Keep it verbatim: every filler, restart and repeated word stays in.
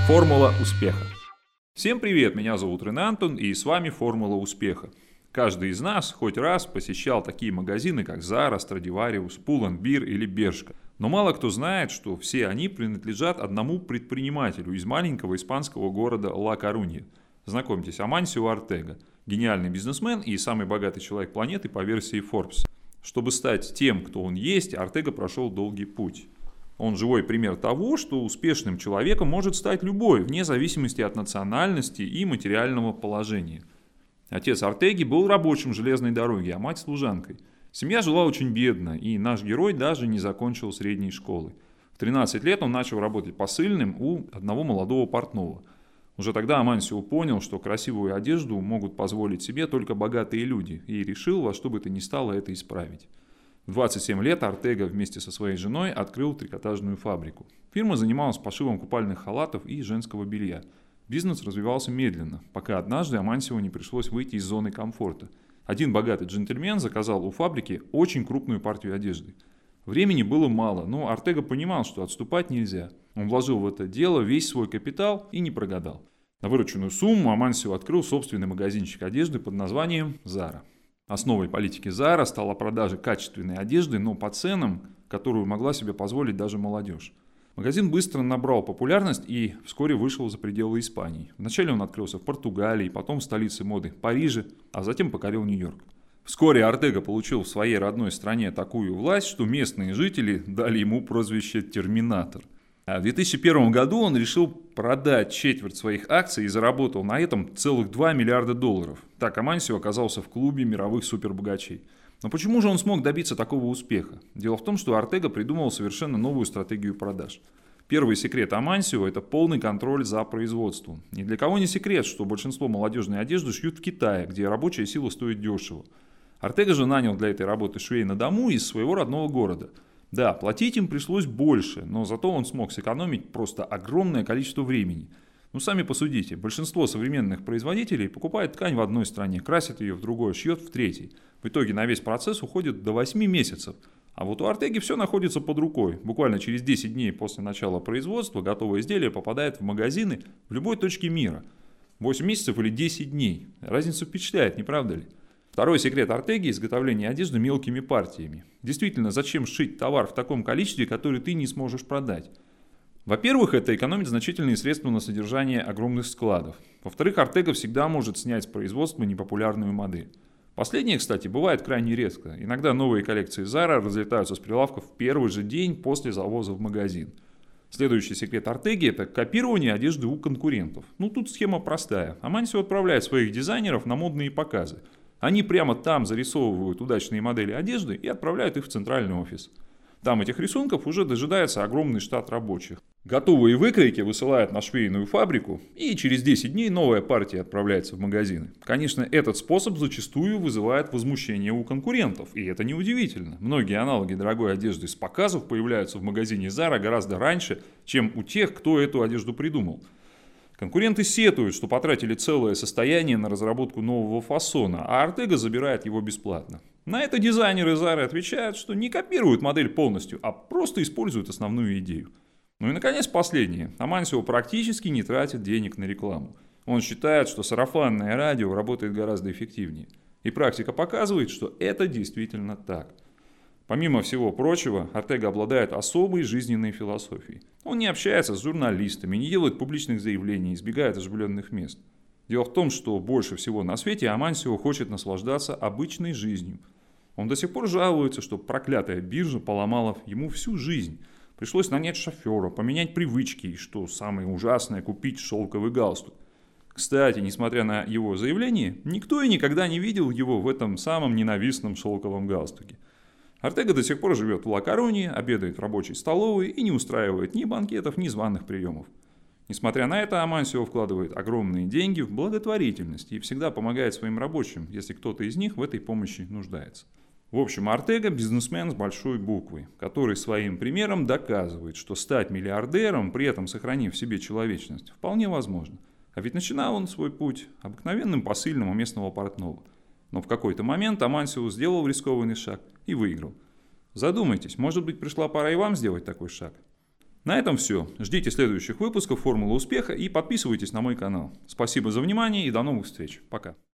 Формула успеха. Всем привет, меня зовут Рен Антон, и с вами Формула успеха. Каждый из нас хоть раз посещал такие магазины, как Zara, Stradivarius, Pull and Bear или Bershka. Но мало кто знает, что все они принадлежат одному предпринимателю из маленького испанского города Ла-Корунья. Знакомьтесь, Амансио Ортега, гениальный бизнесмен и самый богатый человек планеты по версии Forbes. Чтобы стать тем, кто он есть, Ортега прошел долгий путь. Он живой пример того, что успешным человеком может стать любой, вне зависимости от национальности и материального положения. Отец Ортеги был рабочим железной дороги, а мать служанкой. Семья жила очень бедно, и наш герой даже не закончил средней школы. В тринадцать лет он начал работать посыльным у одного молодого портного. Уже тогда Амансио понял, что красивую одежду могут позволить себе только богатые люди, и решил во что бы то ни стало это исправить. В двадцать семь лет Ортега вместе со своей женой открыл трикотажную фабрику. Фирма занималась пошивом купальных халатов и женского белья. Бизнес развивался медленно, пока однажды Амансио не пришлось выйти из зоны комфорта. Один богатый джентльмен заказал у фабрики очень крупную партию одежды. Времени было мало, но Ортега понимал, что отступать нельзя. Он вложил в это дело весь свой капитал и не прогадал. На вырученную сумму Амансио открыл собственный магазинчик одежды под названием Zara. Основой политики Zara стала продажа качественной одежды, но по ценам, которую могла себе позволить даже молодежь. Магазин быстро набрал популярность и вскоре вышел за пределы Испании. Вначале он открылся в Португалии, потом в столице моды Париже, а затем покорил Нью-Йорк. Вскоре Ортега получил в своей родной стране такую власть, что местные жители дали ему прозвище «Терминатор». А в две тысячи первом году он решил продать четверть своих акций и заработал на этом целых два миллиарда долларов. Так Амансио оказался в клубе мировых супербогачей. Но почему же он смог добиться такого успеха? Дело в том, что Ортега придумал совершенно новую стратегию продаж. Первый секрет Амансио – это полный контроль за производством. Ни для кого не секрет, что большинство молодежной одежды шьют в Китае, где рабочая сила стоит дешево. Ортега же нанял для этой работы швей на дому из своего родного города. Да, платить им пришлось больше, но зато он смог сэкономить просто огромное количество времени. Ну сами посудите, большинство современных производителей покупает ткань в одной стране, красит ее в другой, шьет в третьей. В итоге на весь процесс уходит до восьми месяцев. А вот у Ортеги все находится под рукой. Буквально через десять дней после начала производства готовое изделие попадает в магазины в любой точке мира. восемь месяцев или десять дней. Разница впечатляет, не правда ли? Второй секрет Ортеги – изготовление одежды мелкими партиями. Действительно, зачем шить товар в таком количестве, который ты не сможешь продать? Во-первых, это экономит значительные средства на содержание огромных складов. Во-вторых, Ортега всегда может снять с производства непопулярную модель. Последнее, кстати, бывает крайне редко. Иногда новые коллекции Zara разлетаются с прилавков в первый же день после завоза в магазин. Следующий секрет Ортеги – это копирование одежды у конкурентов. Ну, тут схема простая. Амансио отправляет своих дизайнеров на модные показы. Они прямо там зарисовывают удачные модели одежды и отправляют их в центральный офис. Там этих рисунков уже дожидается огромный штат рабочих. Готовые выкройки высылают на швейную фабрику, и через десять дней новая партия отправляется в магазины. Конечно, этот способ зачастую вызывает возмущение у конкурентов, и это неудивительно. Многие аналоги дорогой одежды с показов появляются в магазине Zara гораздо раньше, чем у тех, кто эту одежду придумал. Конкуренты сетуют, что потратили целое состояние на разработку нового фасона, а Ортега забирает его бесплатно. На это дизайнеры Zara отвечают, что не копируют модель полностью, а просто используют основную идею. Ну и, наконец, последнее. Амансио практически не тратит денег на рекламу. Он считает, что сарафанное радио работает гораздо эффективнее. И практика показывает, что это действительно так. Помимо всего прочего, Ортега обладает особой жизненной философией. Он не общается с журналистами, не делает публичных заявлений, избегает оживленных мест. Дело в том, что больше всего на свете Амансио хочет наслаждаться обычной жизнью. Он до сих пор жалуется, что проклятая биржа поломала ему всю жизнь. Пришлось нанять шофера, поменять привычки и, что самое ужасное, купить шелковый галстук. Кстати, несмотря на его заявление, никто и никогда не видел его в этом самом ненавистном шелковом галстуке. Ортега до сих пор живет в Ла-Корунье, обедает в рабочей столовой и не устраивает ни банкетов, ни званых приемов. Несмотря на это, Амансио вкладывает огромные деньги в благотворительность и всегда помогает своим рабочим, если кто-то из них в этой помощи нуждается. В общем, Ортега – бизнесмен с большой буквы, который своим примером доказывает, что стать миллиардером, при этом сохранив в себе человечность, вполне возможно. А ведь начинал он свой путь обыкновенным посыльным у местного портного. Но в какой-то момент Амансио сделал рискованный шаг и выиграл. Задумайтесь, может быть, пришла пора и вам сделать такой шаг? На этом все. Ждите следующих выпусков «Формулы успеха» и подписывайтесь на мой канал. Спасибо за внимание и до новых встреч. Пока.